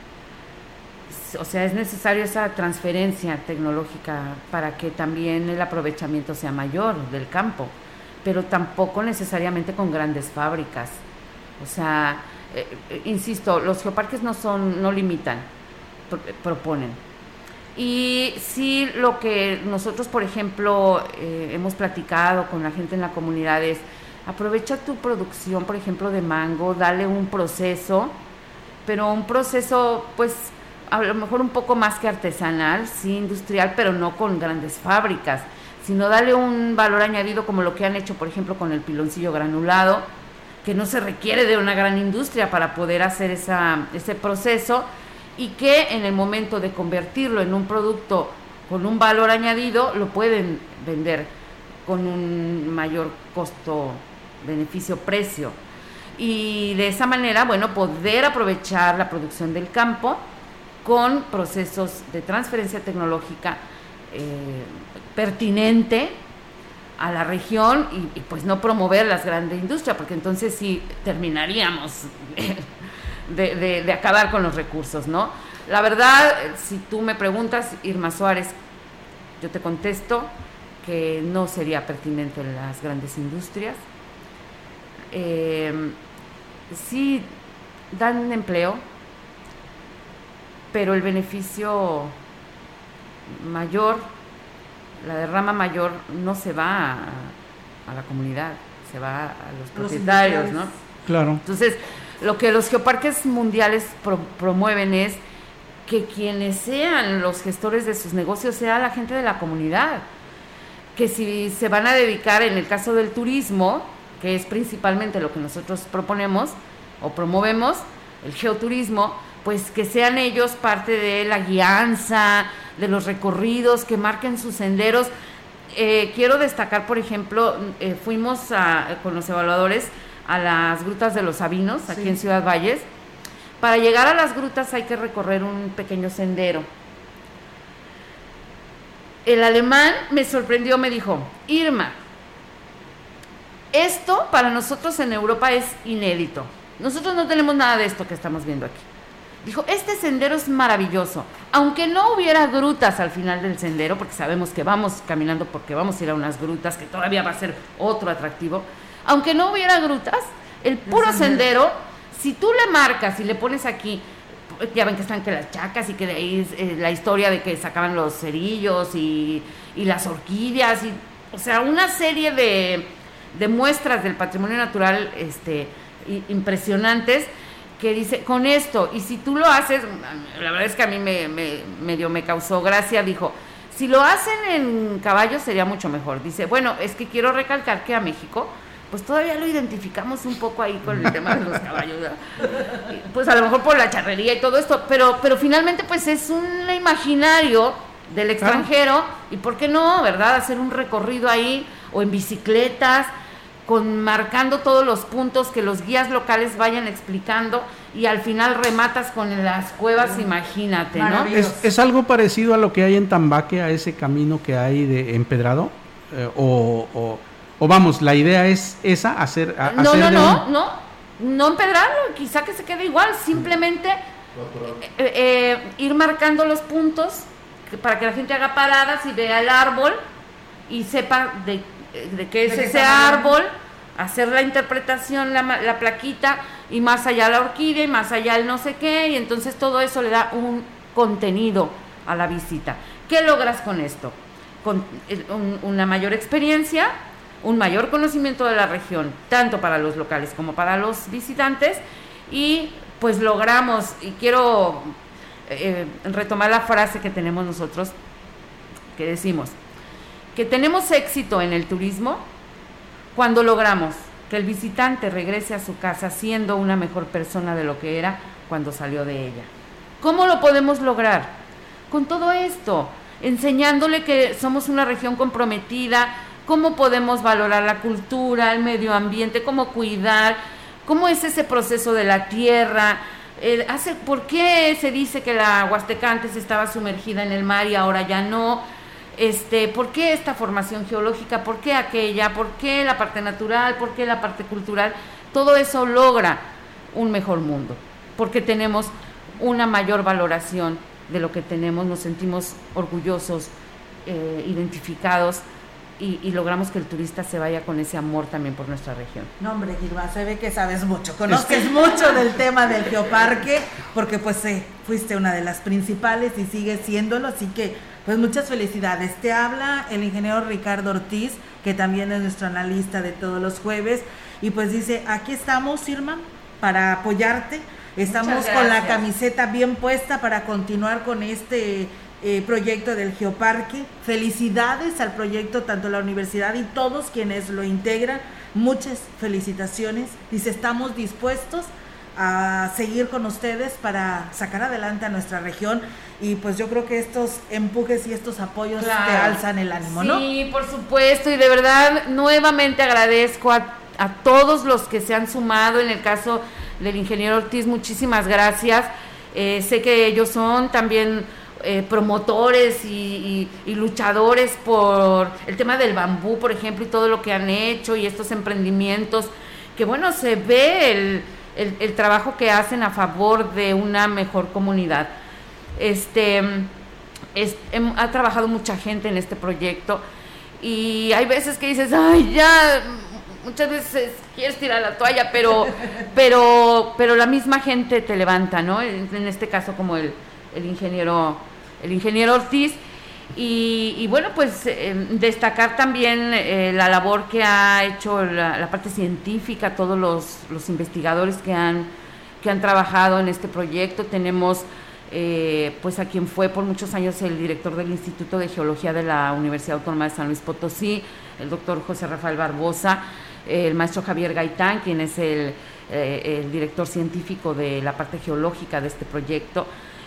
o sea, es necesario esa transferencia tecnológica para que también el aprovechamiento sea mayor del campo, pero tampoco necesariamente con grandes fábricas. O sea, insisto, los geoparques no limitan, proponen. Y sí, lo que nosotros, por ejemplo, hemos platicado con la gente en la comunidad es: aprovecha tu producción, por ejemplo, de mango, dale un proceso, pero un proceso, pues, a lo mejor un poco más que artesanal, sí, industrial, pero no con grandes fábricas, sino dale un valor añadido, como lo que han hecho, por ejemplo, con el piloncillo granulado, que no se requiere de una gran industria para poder hacer ese proceso, y que en el momento de convertirlo en un producto con un valor añadido, lo pueden vender con un mayor costo, beneficio, precio. Y de esa manera, bueno, poder aprovechar la producción del campo con procesos de transferencia tecnológica pertinente a la región, y pues no promover las grandes industrias, porque entonces sí terminaríamos de acabar con los recursos, ¿no? La verdad, si tú me preguntas, Irma Suárez, yo te contesto que no sería pertinente las grandes industrias. Sí dan empleo, pero el beneficio mayor, la derrama mayor, no se va a la comunidad, se va a los propietarios, ¿no? Claro. Entonces, lo que los geoparques mundiales promueven es que quienes sean los gestores de sus negocios sea la gente de la comunidad, que si se van a dedicar, en el caso del turismo, que es principalmente lo que nosotros proponemos o promovemos, el geoturismo, pues que sean ellos parte de la guianza, de los recorridos, que marquen sus senderos. Quiero destacar, por ejemplo, fuimos con los evaluadores a las grutas de los Sabinos, aquí en Ciudad Valles. Para llegar a las grutas hay que recorrer un pequeño sendero. El alemán me sorprendió, me dijo: Irma, esto para nosotros en Europa es inédito. Nosotros no tenemos nada de esto que estamos viendo aquí. Dijo, este sendero es maravilloso. Aunque no hubiera grutas al final del sendero, porque sabemos que vamos caminando porque vamos a ir a unas grutas, que todavía va a ser otro atractivo. Aunque no hubiera grutas, el puro sendero, si tú le marcas y le pones aquí, ya ven que están que las chacas y que de ahí es la historia de que sacaban los cerillos y las orquídeas, o sea, una serie de muestras del patrimonio natural impresionantes, que dice, con esto, y si tú lo haces, la verdad es que a mí me causó gracia, dijo, si lo hacen en caballos sería mucho mejor. Dice, bueno, es que quiero recalcar que a México, pues todavía lo identificamos un poco ahí con el tema de los caballos, ¿verdad? Pues a lo mejor por la charrería y todo esto, pero finalmente pues es un imaginario del extranjero, y por qué no, ¿verdad? Hacer un recorrido ahí, o en bicicletas, marcando todos los puntos, que los guías locales vayan explicando, y al final rematas con las cuevas, imagínate, ¿no? ¿Es algo parecido a lo que hay en Tambaque, a ese camino que hay de empedrado? O vamos, la idea es esa, no empedrarlo, quizá que se quede igual, simplemente ir marcando los puntos para que la gente haga paradas y vea el árbol y sepa de qué es ese árbol, hacer la interpretación, la plaquita, y más allá la orquídea, y más allá el no sé qué, y entonces todo eso le da un contenido a la visita. ¿Qué logras con esto? Con una mayor experiencia, un mayor conocimiento de la región, tanto para los locales como para los visitantes, y pues logramos, y quiero retomar la frase que tenemos nosotros, que decimos, que tenemos éxito en el turismo cuando logramos que el visitante regrese a su casa siendo una mejor persona de lo que era cuando salió de ella. ¿Cómo lo podemos lograr? Con todo esto, enseñándole que somos una región comprometida, cómo podemos valorar la cultura, el medio ambiente, cómo cuidar, cómo es ese proceso de la tierra, ¿por qué se dice que la Huasteca antes estaba sumergida en el mar y ahora ya no? ¿Por qué esta formación geológica? ¿Por qué aquella? ¿Por qué la parte natural? ¿Por qué la parte cultural? Todo eso logra un mejor mundo, porque tenemos una mayor valoración de lo que tenemos, nos sentimos orgullosos, identificados, y logramos que el turista se vaya con ese amor también por nuestra región. No, hombre, Gilba, se ve que sabes mucho, conoces mucho del tema del geoparque, porque pues fuiste una de las principales y sigues siéndolo, así que pues muchas felicidades. Te habla el ingeniero Ricardo Ortiz, que también es nuestro analista de todos los jueves, y pues dice, aquí estamos, Irma, para apoyarte, estamos con la camiseta bien puesta para continuar con este proyecto del geoparque. Felicidades al proyecto, tanto la universidad y todos quienes lo integran, muchas felicitaciones. Dice, estamos dispuestos a seguir con ustedes para sacar adelante a nuestra región, y pues yo creo que estos empujes y estos apoyos te alzan el ánimo, ¿no? Sí, por supuesto, y de verdad nuevamente agradezco a todos los que se han sumado. En el caso del ingeniero Ortiz, muchísimas gracias. Sé que ellos son también promotores y luchadores por el tema del bambú, por ejemplo, y todo lo que han hecho, y estos emprendimientos, que bueno, se ve el trabajo que hacen a favor de una mejor comunidad. Ha trabajado mucha gente en este proyecto, y hay veces que dices, ay, ya, muchas veces quieres tirar la toalla, pero la misma gente te levanta, ¿no? En este caso, como el ingeniero Ortiz, y bueno, pues destacar también la labor que ha hecho la parte científica, todos los investigadores que han trabajado en este proyecto. Tenemos pues a quien fue por muchos años el director del Instituto de Geología de la Universidad Autónoma de San Luis Potosí, el doctor José Rafael Barbosa, el maestro Javier Gaitán, quien es el el director científico de la parte geológica de este proyecto.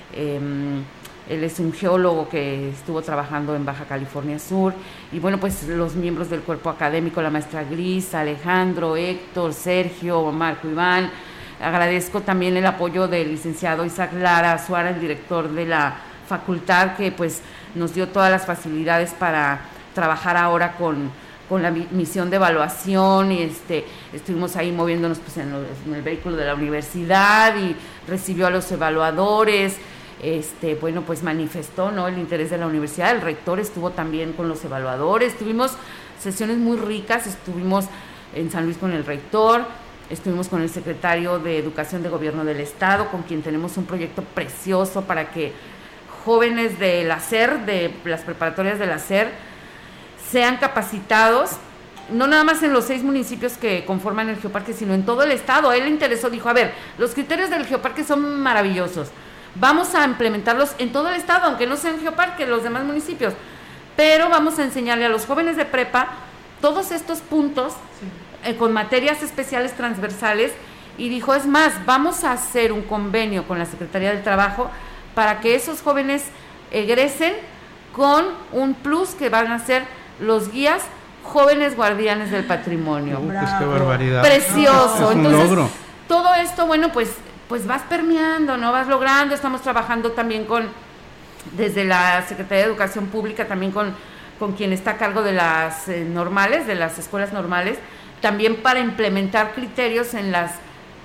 Él es un geólogo que estuvo trabajando en Baja California Sur, y bueno, pues los miembros del cuerpo académico, la maestra Gris, Alejandro, Héctor, Sergio, Marco, Iván. Agradezco también el apoyo del licenciado Isaac Lara Suara, el director de la facultad, que pues nos dio todas las facilidades para trabajar ahora con la misión de evaluación, y estuvimos ahí moviéndonos pues en el vehículo de la universidad, y recibió a los evaluadores. Bueno, pues manifestó, ¿no?, el interés de la universidad. El rector estuvo también con los evaluadores. Tuvimos sesiones muy ricas. Estuvimos en San Luis con el rector, estuvimos con el secretario de Educación de Gobierno del Estado, con quien tenemos un proyecto precioso para que jóvenes de la SER, de las preparatorias de la SER, sean capacitados, no nada más en los 6 municipios que conforman el Geoparque, sino en todo el estado. A él le interesó, dijo, a ver, los criterios del Geoparque son maravillosos, vamos a implementarlos en todo el estado, aunque no sean Geoparque los demás municipios, pero vamos a enseñarle a los jóvenes de prepa todos estos puntos, con materias especiales transversales, y dijo, es más, vamos a hacer un convenio con la Secretaría del Trabajo para que esos jóvenes egresen con un plus que van a ser los guías jóvenes guardianes del patrimonio. Pues qué barbaridad. Precioso. Es un Entonces, logro. Todo esto, bueno, pues vas permeando, ¿no? Vas logrando. Estamos trabajando también desde la Secretaría de Educación Pública, también con quien está a cargo de las normales, de las escuelas normales, también para implementar criterios en las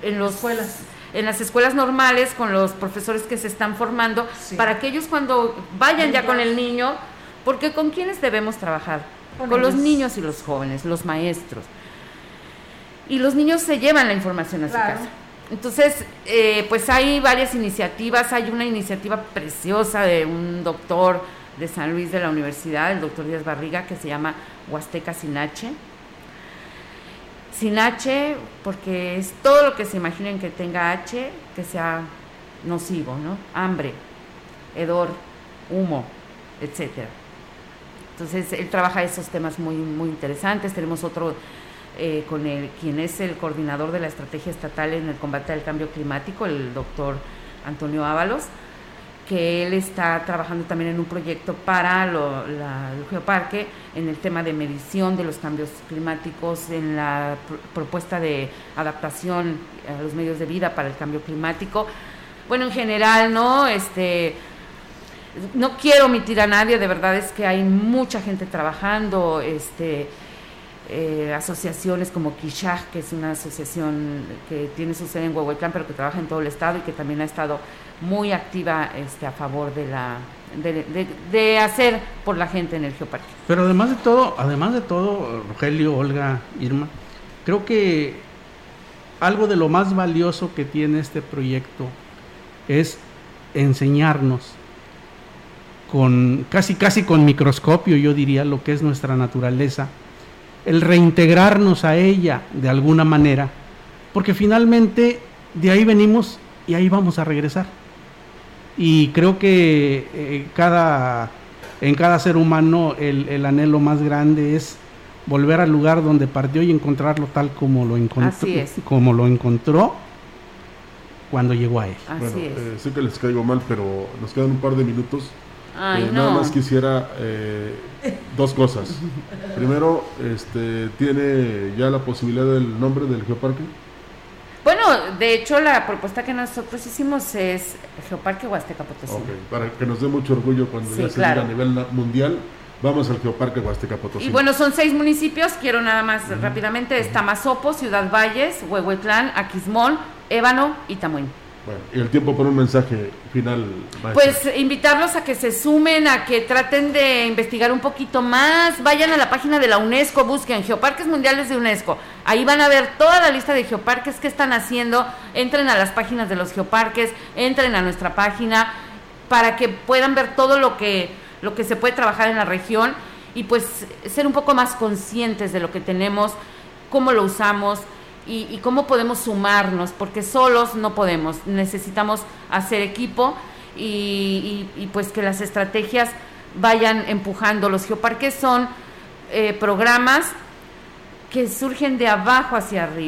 escuelas normales, con los profesores que se están formando, para que ellos cuando vayan ya con el niño, porque ¿con quiénes debemos trabajar? Con los niños y los jóvenes, los maestros. Y los niños se llevan la información a su casa. Entonces, pues hay varias iniciativas. Hay una iniciativa preciosa de un doctor de San Luis de la universidad, el doctor Díaz Barriga, que se llama Huasteca Sin H. Sin H, porque es todo lo que se imaginen que tenga H, que sea nocivo, ¿no? Hambre, hedor, humo, etcétera. Entonces, él trabaja esos temas muy, muy interesantes. Tenemos otro con quien es el coordinador de la estrategia estatal en el combate al cambio climático, el doctor Antonio Ábalos, que él está trabajando también en un proyecto para el Geoparque, en el tema de medición de los cambios climáticos, en la propuesta de adaptación a los medios de vida para el cambio climático. Bueno, en general, ¿no? No quiero omitir a nadie, de verdad es que hay mucha gente trabajando, asociaciones como Quishaj, que es una asociación que tiene su sede en Huehuetlán, pero que trabaja en todo el estado y que también ha estado muy activa a favor de hacer por la gente en el Geoparque. Pero además de todo, Rogelio, Olga, Irma, creo que algo de lo más valioso que tiene este proyecto es enseñarnos casi con microscopio, yo diría, lo que es nuestra naturaleza, el reintegrarnos a ella de alguna manera, porque finalmente de ahí venimos y ahí vamos a regresar. Y creo que en cada ser humano el anhelo más grande es volver al lugar donde partió y encontrarlo tal como lo encontró cuando llegó a él. Sé que les caigo mal, pero nos quedan un par de minutos. Nada más quisiera 2 cosas. Primero, ¿tiene ya la posibilidad del nombre del Geoparque? Bueno, de hecho la propuesta que nosotros hicimos es Geoparque Huasteca Potosí. Para que nos dé mucho orgullo cuando ya se diga a nivel mundial, vamos al Geoparque Huasteca Potosí. Y bueno, son 6 municipios, quiero nada más rápidamente, es Tamazopo, Ciudad Valles, Huehuetlán, Aquismón, Ébano y Tamuín. Bueno, y el tiempo para un mensaje final, maestra. Pues invitarlos a que se sumen, a que traten de investigar un poquito más, vayan a la página de la UNESCO, busquen Geoparques Mundiales de UNESCO, ahí van a ver toda la lista de geoparques que están haciendo, entren a las páginas de los geoparques, entren a nuestra página, para que puedan ver todo lo que se puede trabajar en la región, y pues ser un poco más conscientes de lo que tenemos, cómo lo usamos, y cómo podemos sumarnos, porque solos no podemos, necesitamos hacer equipo y pues que las estrategias vayan empujando. Los geoparques son programas que surgen de abajo hacia arriba,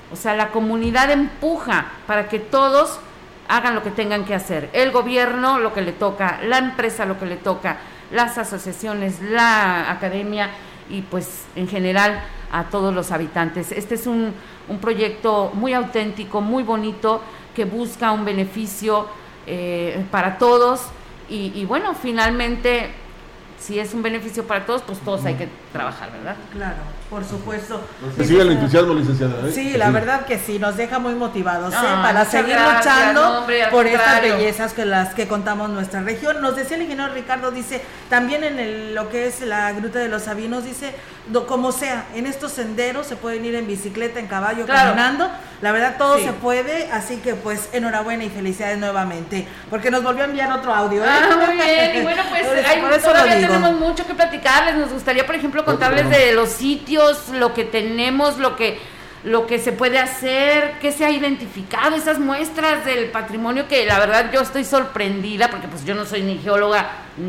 O sea, la comunidad empuja para que todos hagan lo que tengan que hacer. El gobierno lo que le toca, la empresa lo que le toca, las asociaciones, la academia y pues en general a todos los habitantes. Este es un proyecto muy auténtico, muy bonito, que busca un beneficio para todos y bueno, finalmente, si es un beneficio para todos, pues todos hay que trabajar, ¿verdad? Claro, por supuesto. Que siga el entusiasmo, licenciada. Sí, la verdad que sí, nos deja muy motivados para seguir luchando por estas bellezas que las que contamos nuestra región. Nos decía el ingeniero Ricardo, dice, también en lo que es la Gruta de los Sabinos, dice, como sea, en estos senderos se pueden ir en bicicleta, en caballo, caminando, la verdad todo se puede, así que pues enhorabuena y felicidades nuevamente, porque nos volvió a enviar otro audio. Muy bien, y bueno, pues todavía tenemos mucho que platicarles. Nos gustaría, por ejemplo, contarles de los sitios, lo que tenemos, lo que se puede hacer, qué se ha identificado, esas muestras del patrimonio que la verdad yo estoy sorprendida, porque pues yo no soy ni geóloga,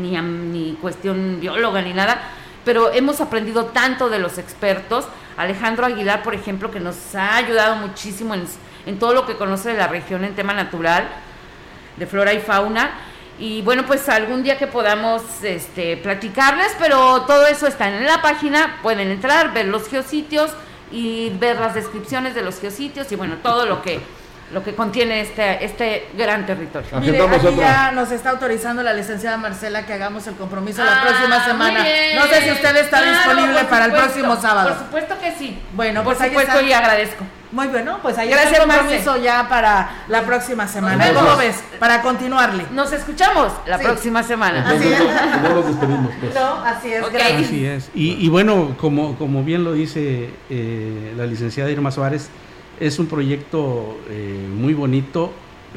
ni cuestión bióloga, ni nada, pero hemos aprendido tanto de los expertos. Alejandro Aguilar, por ejemplo, que nos ha ayudado muchísimo en todo lo que conoce de la región en tema natural, de flora y fauna. Y bueno, pues algún día que podamos platicarles, pero todo eso está en la página, pueden entrar, ver los geositios y ver las descripciones de los geositios y bueno, todo lo que contiene este gran territorio. Mire, aquí ya nos está autorizando la licenciada Marcela que hagamos el compromiso la próxima semana. No sé si usted está disponible para el próximo sábado. Por supuesto que sí. Bueno, por supuesto, y agradezco. Muy bueno, pues ahí está el compromiso ya para la próxima semana. ¿Cómo ves? Para continuarle. Nos escuchamos la próxima semana. Así es. No nos despedimos, pues. No, así es. Okay. Así es. Y bueno, como bien lo dice la licenciada Irma Suárez, es un proyecto muy bonito,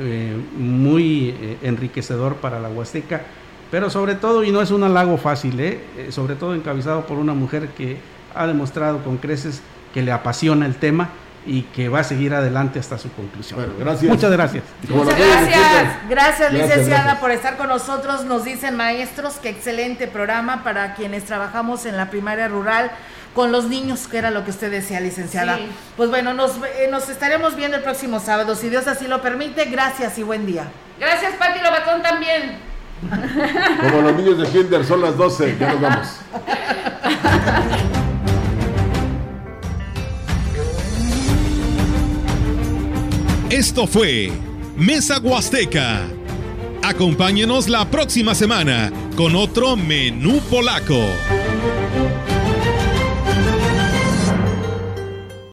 muy enriquecedor para la Huasteca, pero sobre todo, y no es un halago fácil, sobre todo encabezado por una mujer que ha demostrado con creces que le apasiona el tema y que va a seguir adelante hasta su conclusión. Bueno, gracias. Muchas gracias. Muchas gracias. Gracias, licenciada, por estar con nosotros. Nos dicen maestros, qué excelente programa para quienes trabajamos en la primaria rural con los niños, que era lo que usted decía, licenciada. Sí. Pues bueno, nos estaremos viendo el próximo sábado, si Dios así lo permite. Gracias y buen día. Gracias, Pati Lobatón, también. Como los niños de kinder, son las 12, ya nos vamos. Esto fue Mesa Huasteca. Acompáñenos la próxima semana con otro menú polaco.